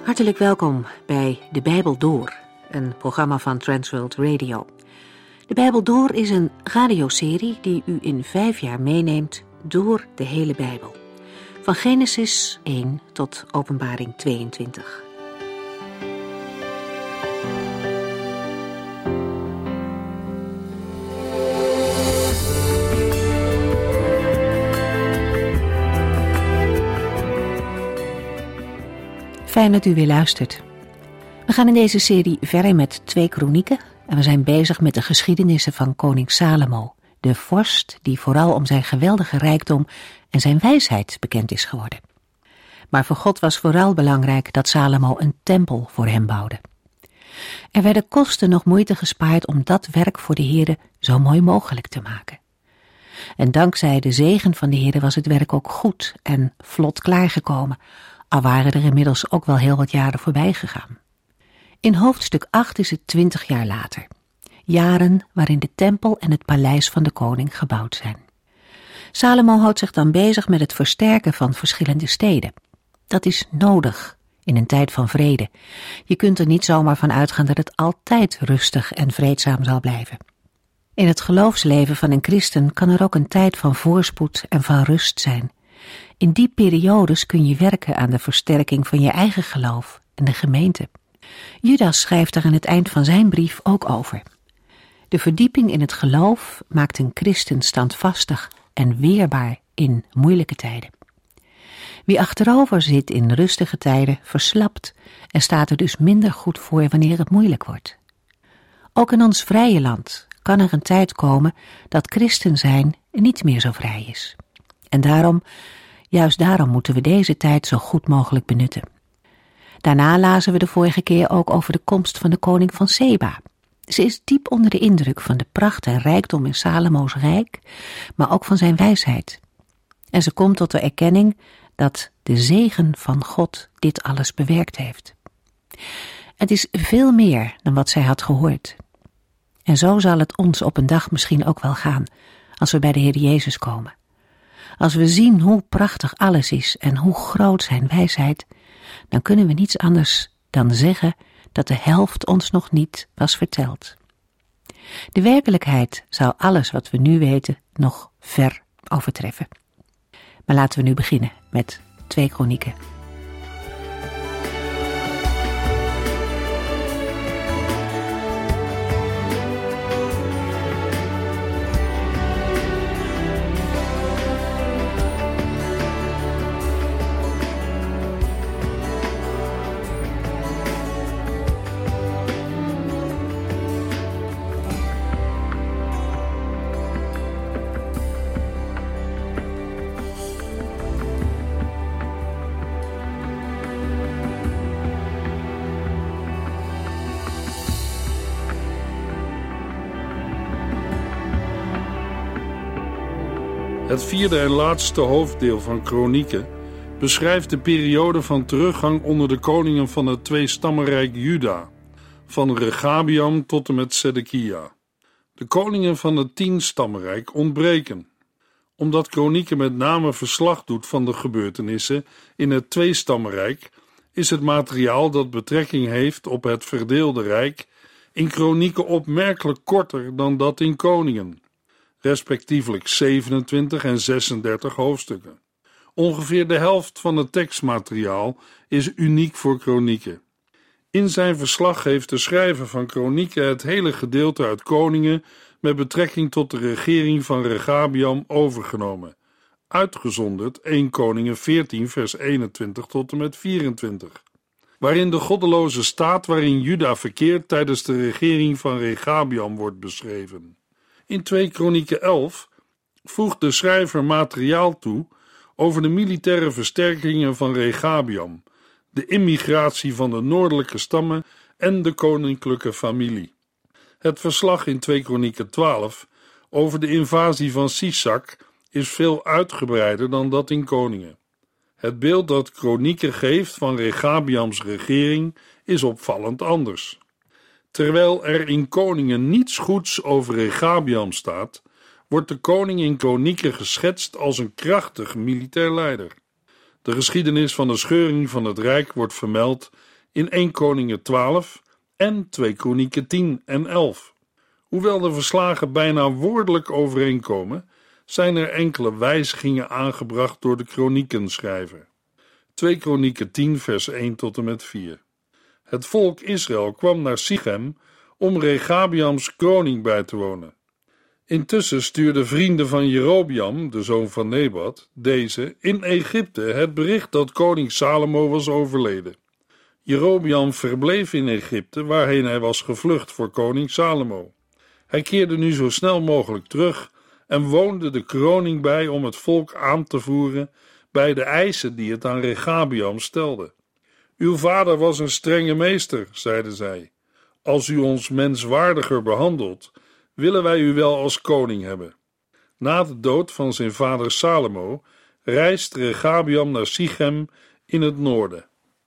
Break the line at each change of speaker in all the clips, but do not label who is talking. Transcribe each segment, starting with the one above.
Hartelijk welkom bij De Bijbel Door, een programma van Transworld Radio. De Bijbel Door is een radioserie die u in 5 jaar meeneemt door de hele Bijbel. Van Genesis 1 tot Openbaring 22. Fijn dat u weer luistert. We gaan in deze serie verder met 2 kronieken en we zijn bezig met de geschiedenissen van koning Salomo, de vorst die vooral om zijn geweldige rijkdom en zijn wijsheid bekend is geworden. Maar voor God was vooral belangrijk dat Salomo een tempel voor hem bouwde. Er werden kosten nog moeite gespaard om dat werk voor de Heere zo mooi mogelijk te maken. En dankzij de zegen van de Heere was het werk ook goed en vlot klaargekomen, al waren er inmiddels ook wel heel wat jaren voorbij gegaan. In hoofdstuk 8 is het 20 jaar later. Jaren waarin de tempel en het paleis van de koning gebouwd zijn. Salomo houdt zich dan bezig met het versterken van verschillende steden. Dat is nodig in een tijd van vrede. Je kunt er niet zomaar van uitgaan dat het altijd rustig en vreedzaam zal blijven. In het geloofsleven van een christen kan er ook een tijd van voorspoed en van rust zijn. In die periodes kun je werken aan de versterking van je eigen geloof en de gemeente. Judas schrijft er aan het eind van zijn brief ook over. De verdieping in het geloof maakt een christen standvastig en weerbaar in moeilijke tijden. Wie achterover zit in rustige tijden verslapt en staat er dus minder goed voor wanneer het moeilijk wordt. Ook in ons vrije land kan er een tijd komen dat christen zijn niet meer zo vrij is. En juist daarom moeten we deze tijd zo goed mogelijk benutten. Daarna lazen we de vorige keer ook over de komst van de koning van Seba. Ze is diep onder de indruk van de pracht en rijkdom in Salomo's rijk, maar ook van zijn wijsheid. En ze komt tot de erkenning dat de zegen van God dit alles bewerkt heeft. Het is veel meer dan wat zij had gehoord. En zo zal het ons op een dag misschien ook wel gaan, als we bij de Heer Jezus komen. Als we zien hoe prachtig alles is en hoe groot zijn wijsheid, dan kunnen we niets anders dan zeggen dat de helft ons nog niet was verteld. De werkelijkheid zou alles wat we nu weten nog ver overtreffen. Maar laten we nu beginnen met 2 kronieken.
Het 4e en laatste hoofddeel van Kronieken beschrijft de periode van teruggang onder de koningen van het 2-stammenrijk Juda, van Rechabiam tot en met Zedekia. De koningen van het 10-stammenrijk ontbreken. Omdat Kronieken met name verslag doet van de gebeurtenissen in het 2-stammenrijk, is het materiaal dat betrekking heeft op het verdeelde rijk in Kronieken opmerkelijk korter dan dat in Koningen. Respectievelijk 27 en 36 hoofdstukken. Ongeveer de helft van het tekstmateriaal is uniek voor Kronieken. In zijn verslag geeft de schrijver van Kronieken het hele gedeelte uit Koningen met betrekking tot de regering van Rechabiam overgenomen, uitgezonderd 1 Koningen 14 vers 21 tot en met 24, waarin de goddeloze staat waarin Juda verkeert tijdens de regering van Rechabiam wordt beschreven. In 2 Kronieken 11 voegt de schrijver materiaal toe over de militaire versterkingen van Rechabiam, de immigratie van de noordelijke stammen en de koninklijke familie. Het verslag in 2 Kronieken 12 over de invasie van Sisak is veel uitgebreider dan dat in Koningen. Het beeld dat Kronieken geeft van Rechabiams regering is opvallend anders. Terwijl er in Koningen niets goeds over Rechabiam staat, wordt de koning in Kronieken geschetst als een krachtig militair leider. De geschiedenis van de scheuring van het rijk wordt vermeld in 1 Koningen 12 en 2 Kronieken 10 en 11. Hoewel de verslagen bijna woordelijk overeenkomen, zijn er enkele wijzigingen aangebracht door de kronikenschrijver. 2 Kronieken 10 vers 1 tot en met 4. Het volk Israël kwam naar Sichem om Rechabiams kroning bij te wonen. Intussen stuurden vrienden van Jerobeam, de zoon van Nebat, deze in Egypte het bericht dat koning Salomo was overleden. Jerobeam verbleef in Egypte, waarheen hij was gevlucht voor koning Salomo. Hij keerde nu zo snel mogelijk terug en woonde de kroning bij om het volk aan te voeren bij de eisen die het aan Rechabiam stelde. Uw vader was een strenge meester, zeiden zij. Als u ons menswaardiger behandelt, willen wij u wel als koning hebben. Na de dood van zijn vader Salomo reist Rechabiam naar Sichem in het noorden.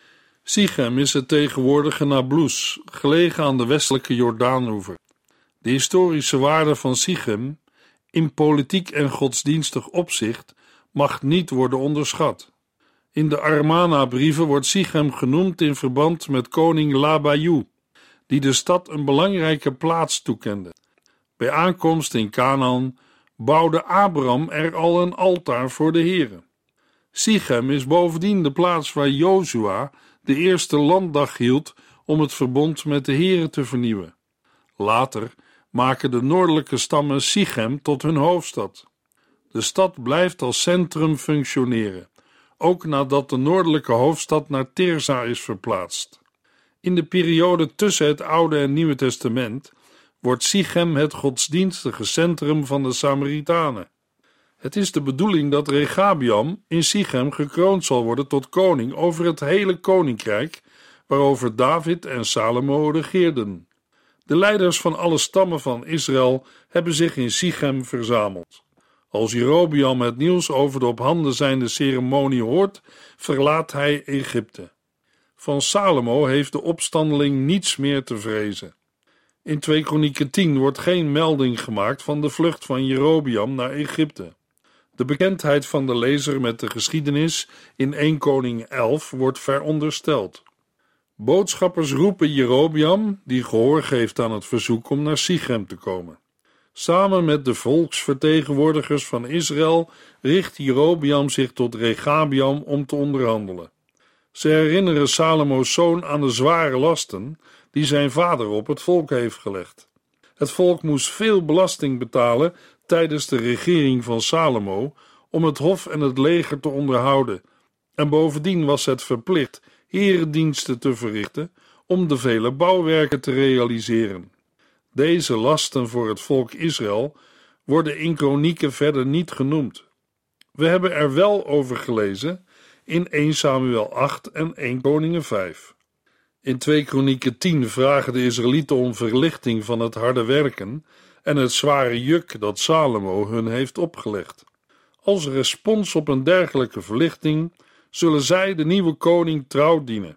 Sichem is het tegenwoordige Nablus, gelegen aan de westelijke Jordaanoever. De historische waarde van Sichem, in politiek en godsdienstig opzicht, mag niet worden onderschat. In de Armana-brieven wordt Sichem genoemd in verband met koning Labayu, die de stad een belangrijke plaats toekende. Bij aankomst in Canaan bouwde Abraham er al een altaar voor de Here. Sichem is bovendien de plaats waar Jozua de eerste landdag hield om het verbond met de Here te vernieuwen. Later maken de noordelijke stammen Sichem tot hun hoofdstad. De stad blijft als centrum functioneren, ook nadat de noordelijke hoofdstad naar Tirza is verplaatst. In de periode tussen het Oude en Nieuwe Testament wordt Sichem het godsdienstige centrum van de Samaritanen. Het is de bedoeling dat Rechabiam in Sichem gekroond zal worden tot koning over het hele koninkrijk waarover David en Salomo regeerden. De leiders van alle stammen van Israël hebben zich in Sichem verzameld. Als Jerobeam het nieuws over de op handen zijnde ceremonie hoort, verlaat hij Egypte. Van Salomo heeft de opstandeling niets meer te vrezen. In 2 Kronieken 10 wordt geen melding gemaakt van de vlucht van Jerobeam naar Egypte. De bekendheid van de lezer met de geschiedenis in 1 Koning 11 wordt verondersteld. Boodschappers roepen Jerobeam, die gehoor geeft aan het verzoek om naar Sichem te komen. Samen met de volksvertegenwoordigers van Israël richt Jerobeam zich tot Rechabiam om te onderhandelen. Ze herinneren Salomo's zoon aan de zware lasten die zijn vader op het volk heeft gelegd. Het volk moest veel belasting betalen tijdens de regering van Salomo om het hof en het leger te onderhouden, en bovendien was het verplicht herendiensten te verrichten om de vele bouwwerken te realiseren. Deze lasten voor het volk Israël worden in kronieken verder niet genoemd. We hebben er wel over gelezen in 1 Samuel 8 en 1 Koningen 5. In 2 Kronieken 10 vragen de Israëlieten om verlichting van het harde werken en het zware juk dat Salomo hun heeft opgelegd. Als respons op een dergelijke verlichting zullen zij de nieuwe koning trouw dienen.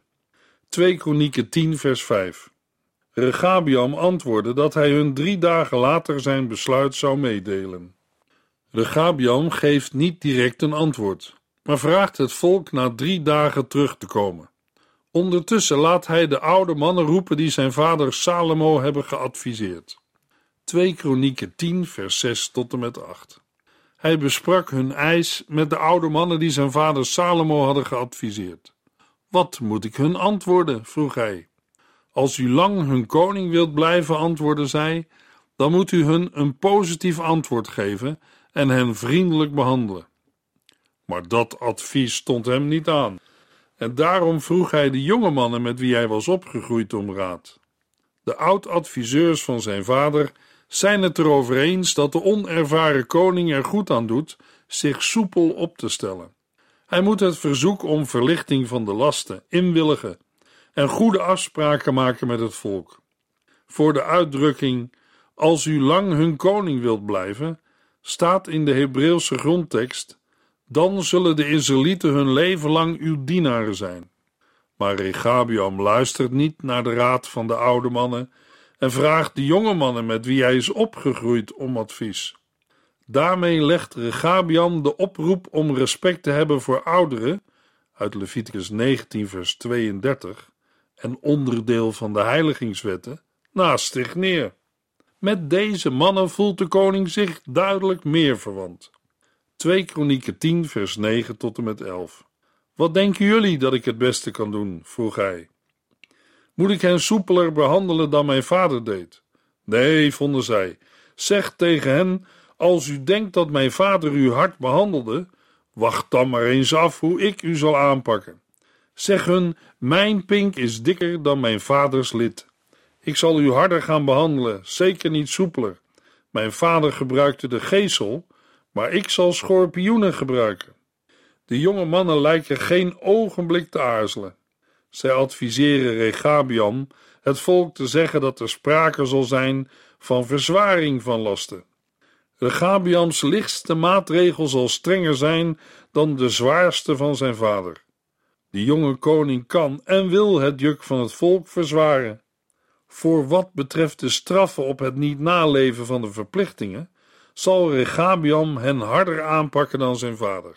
2 Kronieken 10 vers 5. Rechabiam antwoordde dat hij hun 3 dagen later zijn besluit zou meedelen. Rechabiam geeft niet direct een antwoord, maar vraagt het volk na 3 dagen terug te komen. Ondertussen laat hij de oude mannen roepen die zijn vader Salomo hebben geadviseerd. 2 Kronieken 10 vers 6 tot en met 8. Hij besprak hun eis met de oude mannen die zijn vader Salomo hadden geadviseerd. Wat moet ik hun antwoorden? Vroeg hij. Als u lang hun koning wilt blijven, antwoordde zij, dan moet u hun een positief antwoord geven en hen vriendelijk behandelen. Maar dat advies stond hem niet aan. En daarom vroeg hij de jonge mannen met wie hij was opgegroeid om raad. De oud-adviseurs van zijn vader zijn het erover eens dat de onervaren koning er goed aan doet zich soepel op te stellen. Hij moet het verzoek om verlichting van de lasten inwilligen en goede afspraken maken met het volk. Voor de uitdrukking, als u lang hun koning wilt blijven, staat in de Hebreeuwse grondtekst, dan zullen de Israëlieten hun leven lang uw dienaren zijn. Maar Rechabiam luistert niet naar de raad van de oude mannen en vraagt de jonge mannen met wie hij is opgegroeid om advies. Daarmee legt Rechabiam de oproep om respect te hebben voor ouderen, uit Leviticus 19 vers 32, en onderdeel van de heiligingswetten, naast zich neer. Met deze mannen voelt de koning zich duidelijk meer verwant. 2 Kronieken 10 vers 9 tot en met 11. Wat denken jullie dat ik het beste kan doen? Vroeg hij. Moet ik hen soepeler behandelen dan mijn vader deed? Nee, vonden zij. Zeg tegen hen, als u denkt dat mijn vader u hard behandelde, wacht dan maar eens af hoe ik u zal aanpakken. Zeg hun, mijn pink is dikker dan mijn vaders lid. Ik zal u harder gaan behandelen, zeker niet soepeler. Mijn vader gebruikte de geesel, maar ik zal schorpioenen gebruiken. De jonge mannen lijken geen ogenblik te aarzelen. Zij adviseren Rechabiam het volk te zeggen dat er sprake zal zijn van verzwaring van lasten. Rechabiams lichtste maatregel zal strenger zijn dan de zwaarste van zijn vader. De jonge koning kan en wil het juk van het volk verzwaren. Voor wat betreft de straffen op het niet naleven van de verplichtingen, zal Rechabiam hen harder aanpakken dan zijn vader.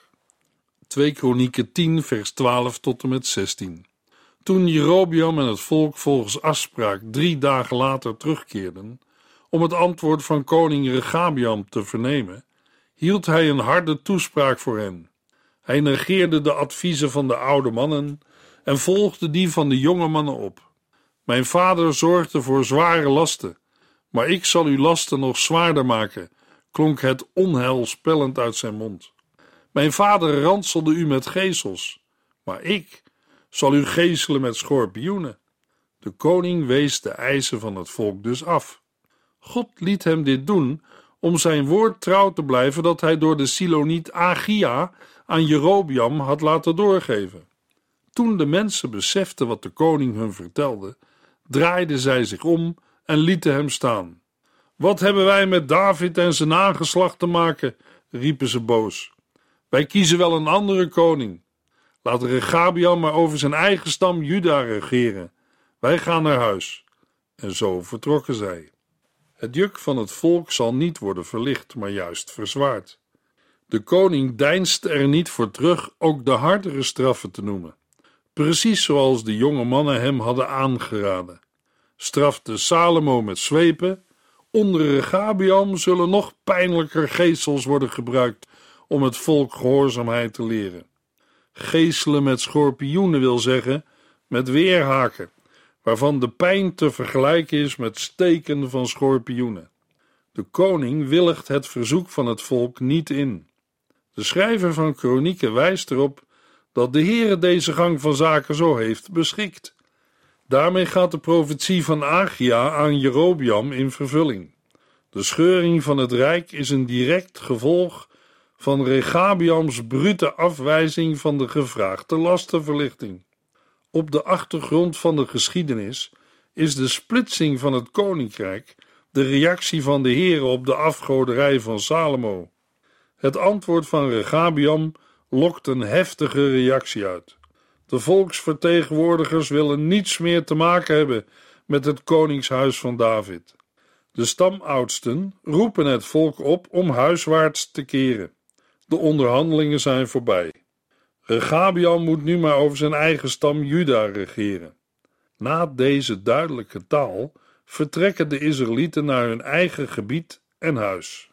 2 Kronieken 10 vers 12 tot en met 16. Toen Jerobeam en het volk volgens afspraak 3 dagen later terugkeerden, om het antwoord van koning Rechabiam te vernemen, hield hij een harde toespraak voor hen. Hij negeerde de adviezen van de oude mannen en volgde die van de jonge mannen op. Mijn vader zorgde voor zware lasten, maar ik zal uw lasten nog zwaarder maken, klonk het onheilspellend uit zijn mond. Mijn vader ranselde u met gezels, maar ik zal u geeselen met schorpioenen. De koning wees de eisen van het volk dus af. God liet hem dit doen om zijn woord trouw te blijven dat hij door de Siloniet Achia aan Jerobeam had laten doorgeven. Toen de mensen beseften wat de koning hun vertelde, draaiden zij zich om en lieten hem staan. Wat hebben wij met David en zijn nageslacht te maken, riepen ze boos. Wij kiezen wel een andere koning. Laat Rechabiam maar over zijn eigen stam Juda regeren. Wij gaan naar huis. En zo vertrokken zij. Het juk van het volk zal niet worden verlicht, maar juist verzwaard. De koning deinst er niet voor terug ook de hardere straffen te noemen. Precies zoals de jonge mannen hem hadden aangeraden. Strafte Salomo met zweepen. Onder Rechabiam zullen nog pijnlijker geesels worden gebruikt om het volk gehoorzaamheid te leren. Geeselen met schorpioenen wil zeggen met weerhaken, waarvan de pijn te vergelijken is met steken van schorpioenen. De koning willigt het verzoek van het volk niet in. De schrijver van Kronieken wijst erop dat de Heere deze gang van zaken zo heeft beschikt. Daarmee gaat de profetie van Achia aan Jerobeam in vervulling. De scheuring van het rijk is een direct gevolg van Rechabiams brute afwijzing van de gevraagde lastenverlichting. Op de achtergrond van de geschiedenis is de splitsing van het koninkrijk de reactie van de Heere op de afgoderij van Salomo. Het antwoord van Rechabiam lokt een heftige reactie uit. De volksvertegenwoordigers willen niets meer te maken hebben met het koningshuis van David. De stamoudsten roepen het volk op om huiswaarts te keren. De onderhandelingen zijn voorbij. Rechabiam moet nu maar over zijn eigen stam Juda regeren. Na deze duidelijke taal vertrekken de Israëlieten naar hun eigen gebied en huis.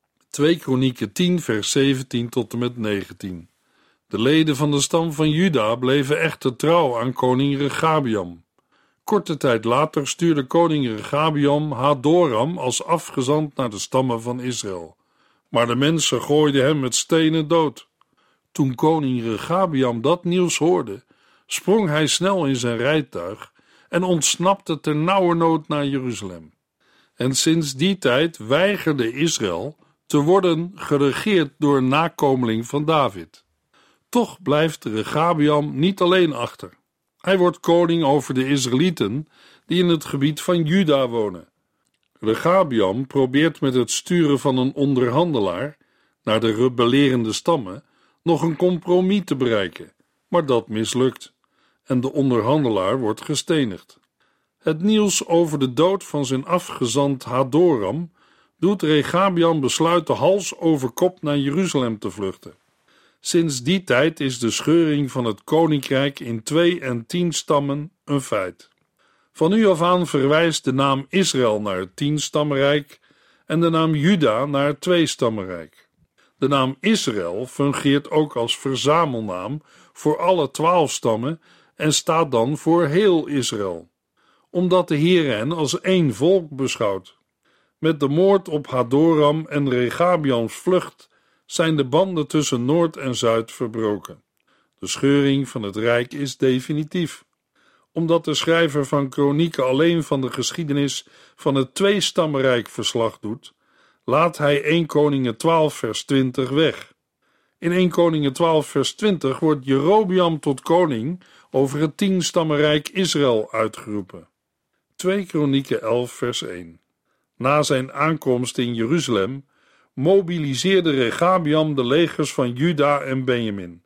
2 Kronieken 10 vers 17 tot en met 19. De leden van de stam van Juda bleven echter trouw aan koning Rechabiam. Korte tijd later stuurde koning Rechabiam Hadoram als afgezant naar de stammen van Israël. Maar de mensen gooiden hem met stenen dood. Toen koning Rechabiam dat nieuws hoorde, sprong hij snel in zijn rijtuig en ontsnapte ternauwernood naar Jeruzalem. En sinds die tijd weigerde Israël te worden geregeerd door een nakomeling van David. Toch blijft Rechabiam niet alleen achter. Hij wordt koning over de Israëlieten die in het gebied van Juda wonen. Rechabiam probeert met het sturen van een onderhandelaar naar de rebellerende stammen nog een compromis te bereiken, maar dat mislukt en de onderhandelaar wordt gestenigd. Het nieuws over de dood van zijn afgezant Hadoram doet Rechabiam besluiten hals over kop naar Jeruzalem te vluchten. Sinds die tijd is de scheuring van het koninkrijk in 2 en 10 stammen een feit. Van nu af aan verwijst de naam Israël naar het 10-stammenrijk en de naam Juda naar het 2-stammenrijk. De naam Israël fungeert ook als verzamelnaam voor alle 12 stammen en staat dan voor heel Israël, omdat de Heer hen als één volk beschouwt. Met de moord op Hadoram en Rechabiams vlucht zijn de banden tussen Noord en Zuid verbroken. De scheuring van het rijk is definitief. Omdat de schrijver van Kronieken alleen van de geschiedenis van het 2-stammenrijk verslag doet, laat hij 1 Koningen 12 vers 20 weg. In 1 Koningen 12 vers 20 wordt Jerobeam tot koning over het 10-stammenrijk Israël uitgeroepen. 2 Kronieken 11 vers 1. Na zijn aankomst in Jeruzalem mobiliseerde Rechabiam de legers van Juda en Benjamin,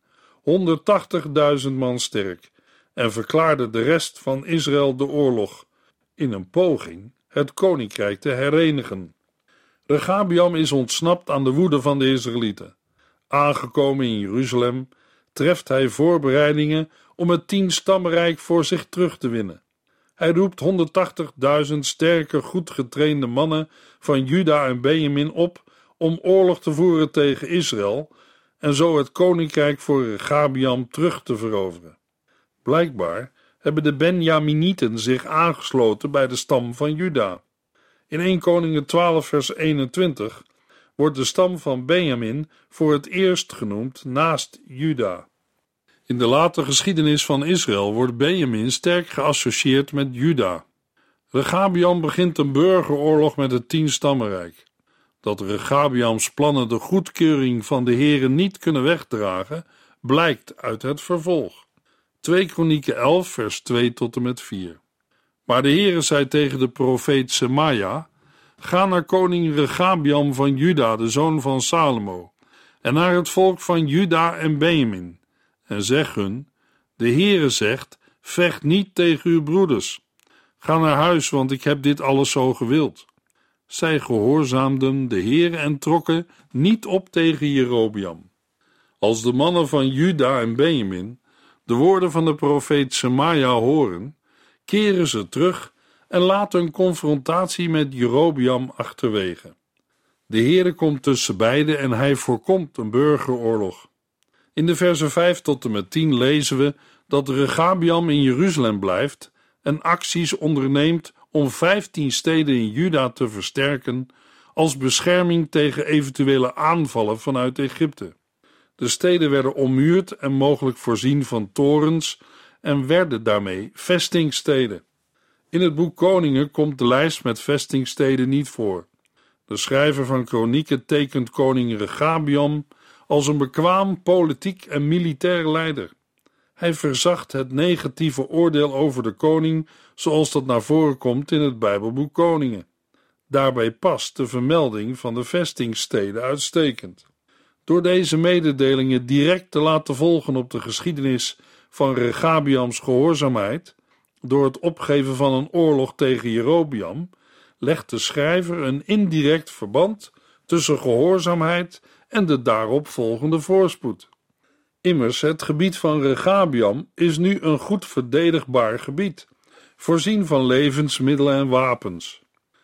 180.000 man sterk, en verklaarde de rest van Israël de oorlog, in een poging het koninkrijk te herenigen. Rechabiam is ontsnapt aan de woede van de Israëlieten. Aangekomen in Jeruzalem treft hij voorbereidingen om het 10-stammenrijk voor zich terug te winnen. Hij roept 180.000 sterke, goed getrainde mannen van Juda en Benjamin op om oorlog te voeren tegen Israël en zo het koninkrijk voor Rechabiam terug te veroveren. Blijkbaar hebben de Benjaminieten zich aangesloten bij de stam van Juda. In 1 Koningen 12 vers 21 wordt de stam van Benjamin voor het eerst genoemd naast Juda. In de late geschiedenis van Israël wordt Benjamin sterk geassocieerd met Juda. Rechabiam begint een burgeroorlog met het 10-stammenrijk. Dat Rechabiams plannen de goedkeuring van de Heere niet kunnen wegdragen, blijkt uit het vervolg. 2 Kronieken 11 vers 2 tot en met 4. Maar de Heere zei tegen de profeet Semaja: ga naar koning Rechabiam van Juda, de zoon van Salomo, en naar het volk van Juda en Benjamin, en zeg hun: de Heere zegt, vecht niet tegen uw broeders. Ga naar huis, want ik heb dit alles zo gewild. Zij gehoorzaamden de Heere en trokken niet op tegen Jerobeam. Als de mannen van Juda en Benjamin de woorden van de profeet Semaja horen, keren ze terug en laten een confrontatie met Jerobeam achterwege. De Heere komt tussen beiden en hij voorkomt een burgeroorlog. In de versen 5 tot en met 10 lezen we dat Rechabiam in Jeruzalem blijft en acties onderneemt om 15 steden in Juda te versterken als bescherming tegen eventuele aanvallen vanuit Egypte. De steden werden ommuurd en mogelijk voorzien van torens en werden daarmee vestingsteden. In het boek Koningen komt de lijst met vestingsteden niet voor. De schrijver van Kronieken tekent koning Rechabiam als een bekwaam politiek en militair leider. Hij verzacht het negatieve oordeel over de koning zoals dat naar voren komt in het Bijbelboek Koningen. Daarbij past de vermelding van de vestingsteden uitstekend. Door deze mededelingen direct te laten volgen op de geschiedenis van Rechabiams gehoorzaamheid, door het opgeven van een oorlog tegen Jerobeam, legt de schrijver een indirect verband tussen gehoorzaamheid en de daarop volgende voorspoed. Immers, het gebied van Rechabiam is nu een goed verdedigbaar gebied, voorzien van levensmiddelen en wapens.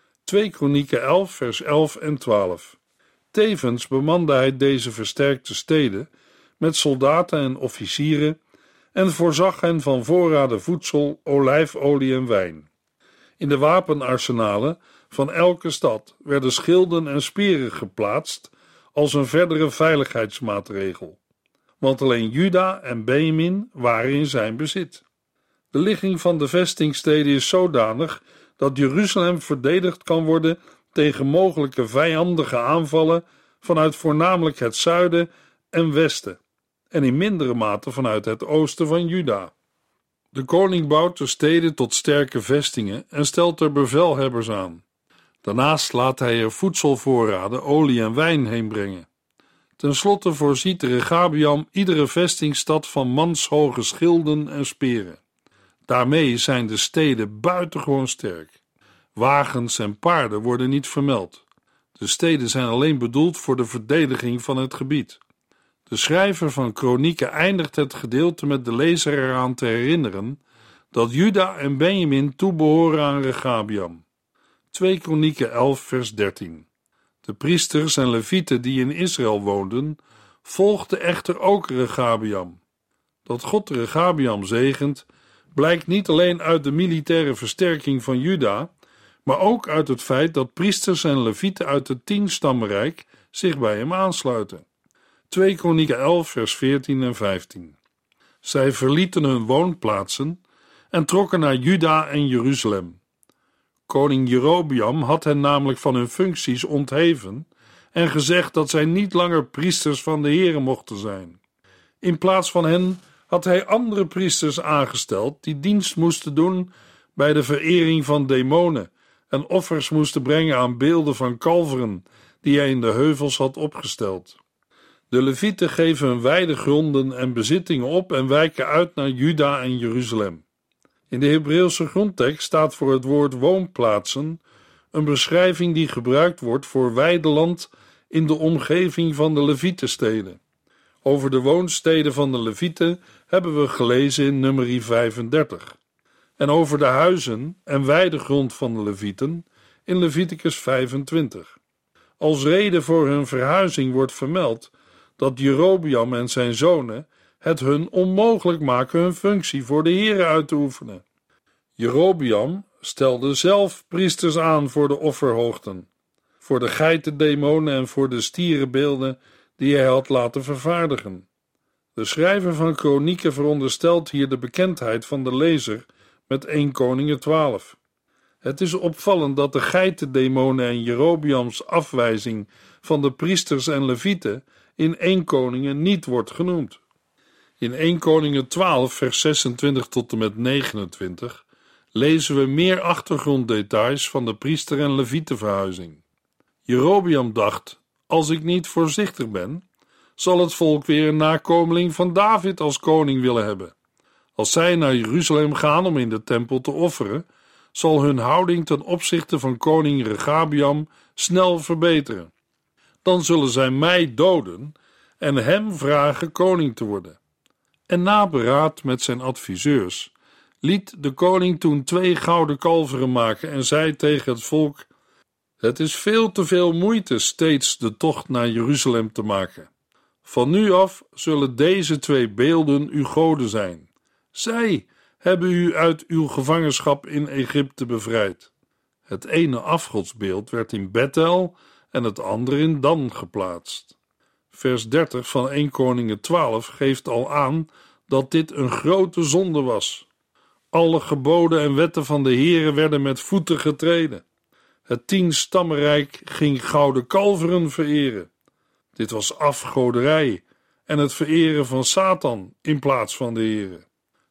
2 Kronieken 11 vers 11 en 12. Tevens bemande hij deze versterkte steden met soldaten en officieren en voorzag hen van voorraden voedsel, olijfolie en wijn. In de wapenarsenalen van elke stad werden schilden en speren geplaatst als een verdere veiligheidsmaatregel, want alleen Juda en Benjamin waren in zijn bezit. De ligging van de vestingsteden is zodanig dat Jeruzalem verdedigd kan worden tegen mogelijke vijandige aanvallen vanuit voornamelijk het zuiden en westen en in mindere mate vanuit het oosten van Juda. De koning bouwt de steden tot sterke vestingen en stelt er bevelhebbers aan. Daarnaast laat hij er voedselvoorraden, olie en wijn heen brengen. Ten slotte voorziet Rechabiam iedere vestingstad van manshoge schilden en speren. Daarmee zijn de steden buitengewoon sterk. Wagens en paarden worden niet vermeld. De steden zijn alleen bedoeld voor de verdediging van het gebied. De schrijver van Kronieken eindigt het gedeelte met de lezer eraan te herinneren dat Juda en Benjamin toebehoren aan Rechabiam. 2 Kronieken 11 vers 13. De priesters en levieten die in Israël woonden, volgden echter ook Rechabiam. Dat God Rechabiam zegent, blijkt niet alleen uit de militaire versterking van Juda, maar ook uit het feit dat priesters en levieten uit het 10-stammenrijk zich bij hem aansluiten. 2 Kronieken 11 vers 14 en 15. Zij verlieten hun woonplaatsen en trokken naar Juda en Jeruzalem. Koning Jerobeam had hen namelijk van hun functies ontheven en gezegd dat zij niet langer priesters van de Here mochten zijn. In plaats van hen had hij andere priesters aangesteld die dienst moesten doen bij de verering van demonen en offers moesten brengen aan beelden van kalveren die hij in de heuvels had opgesteld. De levieten geven hun weidegronden en bezittingen op en wijken uit naar Juda en Jeruzalem. In de Hebreeuwse grondtekst staat voor het woord woonplaatsen een beschrijving die gebruikt wordt voor weideland in de omgeving van de Levietensteden. Over de woonsteden van de Levieten hebben we gelezen in Numeri 35. En over de huizen en weidegrond van de Levieten in Leviticus 25. Als reden voor hun verhuizing wordt vermeld dat Jerobeam en zijn zonen het hun onmogelijk maken hun functie voor de Here uit te oefenen. Jerobeam stelde zelf priesters aan voor de offerhoogten, voor de geitendemonen en voor de stierenbeelden die hij had laten vervaardigen. De schrijver van Kronieken veronderstelt hier de bekendheid van de lezer met 1 Koningen 12. Het is opvallend dat de geitendemonen en Jerobeams afwijzing van de priesters en levieten in 1 Koningen niet wordt genoemd. In 1 Koningen 12 vers 26 tot en met 29 lezen we meer achtergronddetails van de priester- en levietenverhuizing. Jerobeam dacht, als ik niet voorzichtig ben, zal het volk weer een nakomeling van David als koning willen hebben. Als zij naar Jeruzalem gaan om in de tempel te offeren, zal hun houding ten opzichte van koning Rechabiam snel verbeteren. Dan zullen zij mij doden en hem vragen koning te worden. En na beraad met zijn adviseurs liet de koning toen 2 gouden kalveren maken en zei tegen het volk: het is veel te veel moeite steeds de tocht naar Jeruzalem te maken. Van nu af zullen deze 2 beelden uw goden zijn. Zij hebben u uit uw gevangenschap in Egypte bevrijd. Het ene afgodsbeeld werd in Bethel en het andere in Dan geplaatst. Vers 30 van 1 Koningen 12 geeft al aan dat dit een grote zonde was. Alle geboden en wetten van de Here werden met voeten getreden. Het 10-stammenrijk ging gouden kalveren vereren. Dit was afgoderij en het vereren van Satan in plaats van de Here.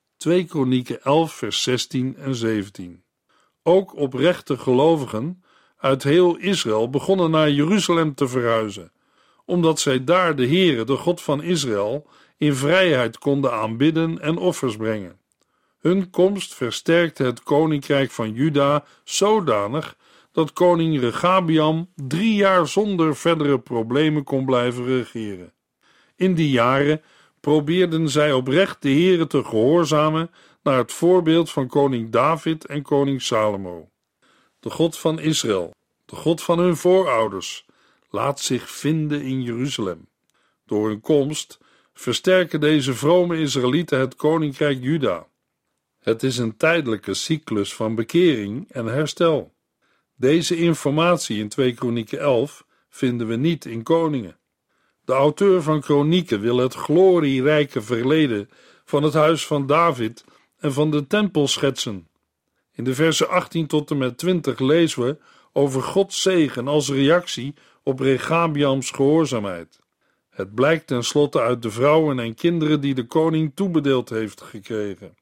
2 Kronieken 11 vers 16 en 17. Ook oprechte gelovigen uit heel Israël begonnen naar Jeruzalem te verhuizen, omdat zij daar de Here, de God van Israël, in vrijheid konden aanbidden en offers brengen. Hun komst versterkte het koninkrijk van Juda zodanig dat koning Rechabiam 3 jaar zonder verdere problemen kon blijven regeren. In die jaren probeerden zij oprecht de Here te gehoorzamen naar het voorbeeld van koning David en koning Salomo. De God van Israël, de God van hun voorouders, laat zich vinden in Jeruzalem. Door hun komst versterken deze vrome Israëlieten het koninkrijk Juda. Het is een tijdelijke cyclus van bekering en herstel. Deze informatie in 2 Kronieken 11 vinden we niet in Koningen. De auteur van Kronieken wil het glorierijke verleden van het huis van David en van de tempel schetsen. In de versen 18 tot en met 20 lezen we over Gods zegen als reactie op Rechabiams gehoorzaamheid. Het blijkt tenslotte uit de vrouwen en kinderen die de koning toebedeeld heeft gekregen.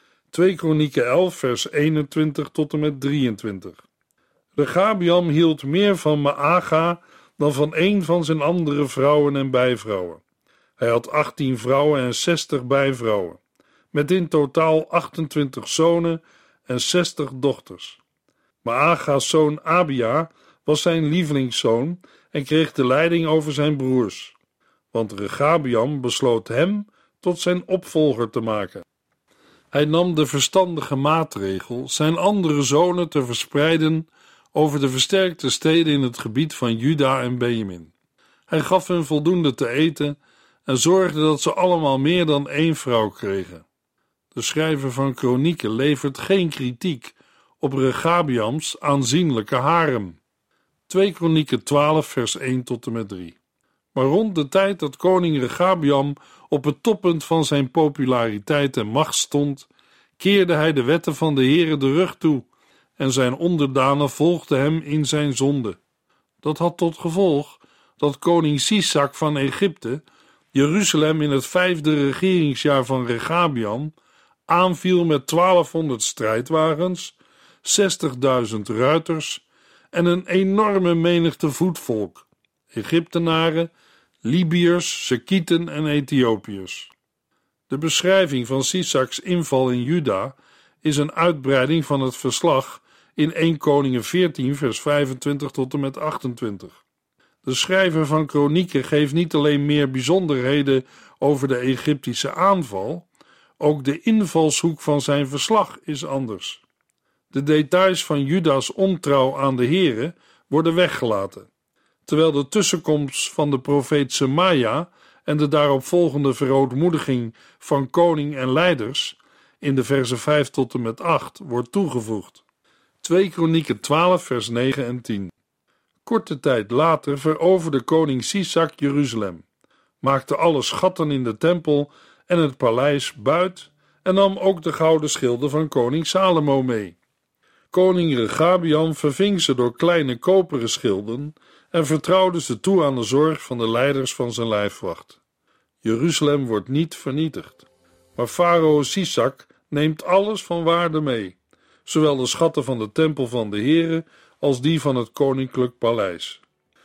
2 Kronieken 11 vers 21 tot en met 23. Rechabiam hield meer van Maaga dan van 1 van zijn andere vrouwen en bijvrouwen. Hij had 18 vrouwen en 60 bijvrouwen, met in totaal 28 zonen en 60 dochters. Maaga's zoon Abia was zijn lievelingszoon en kreeg de leiding over zijn broers, want Rechabiam besloot hem tot zijn opvolger te maken. Hij nam de verstandige maatregel zijn andere zonen te verspreiden over de versterkte steden in het gebied van Juda en Benjamin. Hij gaf hun voldoende te eten en zorgde dat ze allemaal meer dan 1 vrouw kregen. De schrijver van Kronieken levert geen kritiek op Rechabiams aanzienlijke harem. 2 Kronieken 12 vers 1 tot en met 3. Maar rond de tijd dat koning Rechabiam op het toppunt van zijn populariteit en macht stond, keerde hij de wetten van de Heere de rug toe en zijn onderdanen volgden hem in zijn zonde. Dat had tot gevolg dat koning Sisak van Egypte Jeruzalem in het 5e regeringsjaar van Rechabiam aanviel met 1200 strijdwagens, 60.000 ruiters en een enorme menigte voetvolk, Egyptenaren, Libiërs, Sekieten en Ethiopiërs. De beschrijving van Sisaks inval in Juda is een uitbreiding van het verslag in 1 Koningen 14 vers 25 tot en met 28. De schrijver van Kronieken geeft niet alleen meer bijzonderheden over de Egyptische aanval, ook de invalshoek van zijn verslag is anders. De details van Juda's ontrouw aan de Here worden weggelaten, terwijl de tussenkomst van de profeet Semaja en de daaropvolgende verootmoediging van koning en leiders in de versen 5 tot en met 8 wordt toegevoegd. 2 Kronieken 12 vers 9 en 10. Korte tijd later veroverde koning Sisak Jeruzalem, maakte alle schatten in de tempel en het paleis buit en nam ook de gouden schilden van koning Salomo mee. Koning Rechabiam verving ze door kleine koperen schilden en vertrouwde ze toe aan de zorg van de leiders van zijn lijfwacht. Jeruzalem wordt niet vernietigd, maar farao Sisak neemt alles van waarde mee, zowel de schatten van de tempel van de Here als die van het koninklijk paleis.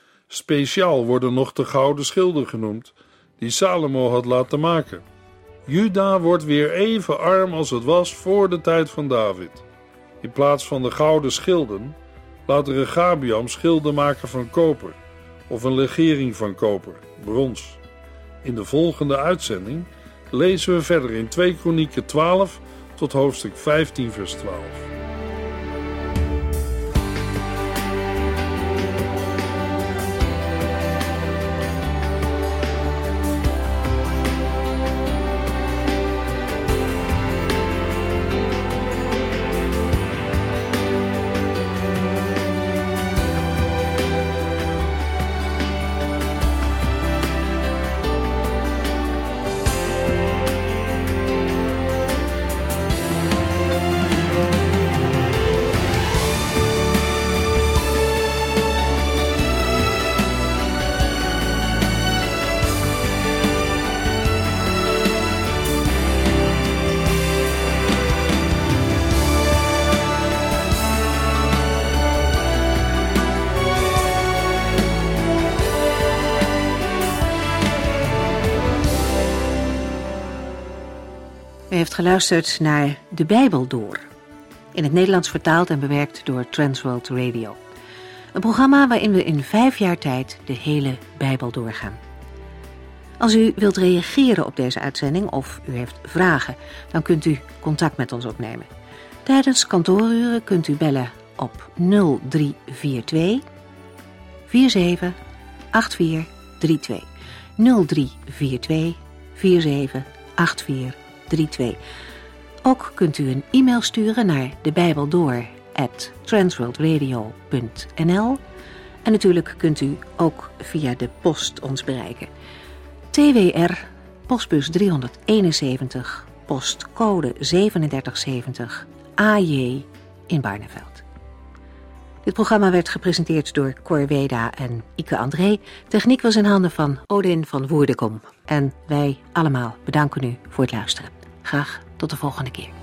Speciaal worden nog de gouden schilden genoemd, die Salomo had laten maken. Juda wordt weer even arm als het was voor de tijd van David. In plaats van de gouden schilden laat Rechabiam schilden maken van koper of een legering van koper, brons. In de volgende uitzending lezen we verder in 2 Kronieken 12 tot hoofdstuk 15 vers 12.
U heeft geluisterd naar De Bijbel Door, in het Nederlands vertaald en bewerkt door Transworld Radio. Een programma waarin we in 5 jaar tijd de hele Bijbel doorgaan. Als u wilt reageren op deze uitzending of u heeft vragen, dan kunt u contact met ons opnemen. Tijdens kantooruren kunt u bellen op 0342 47 8432. 0342 47 8432. Ook kunt u een e-mail sturen naar debijbeldoor@transworldradio.nl en natuurlijk kunt u ook via de post ons bereiken. TWR, postbus 371, postcode 3770, AJ in Barneveld. Dit programma werd gepresenteerd door Cor Weda en Ike André. Techniek was in handen van Odin van Woerdekom. En wij allemaal bedanken u voor het luisteren. Graag tot de volgende keer.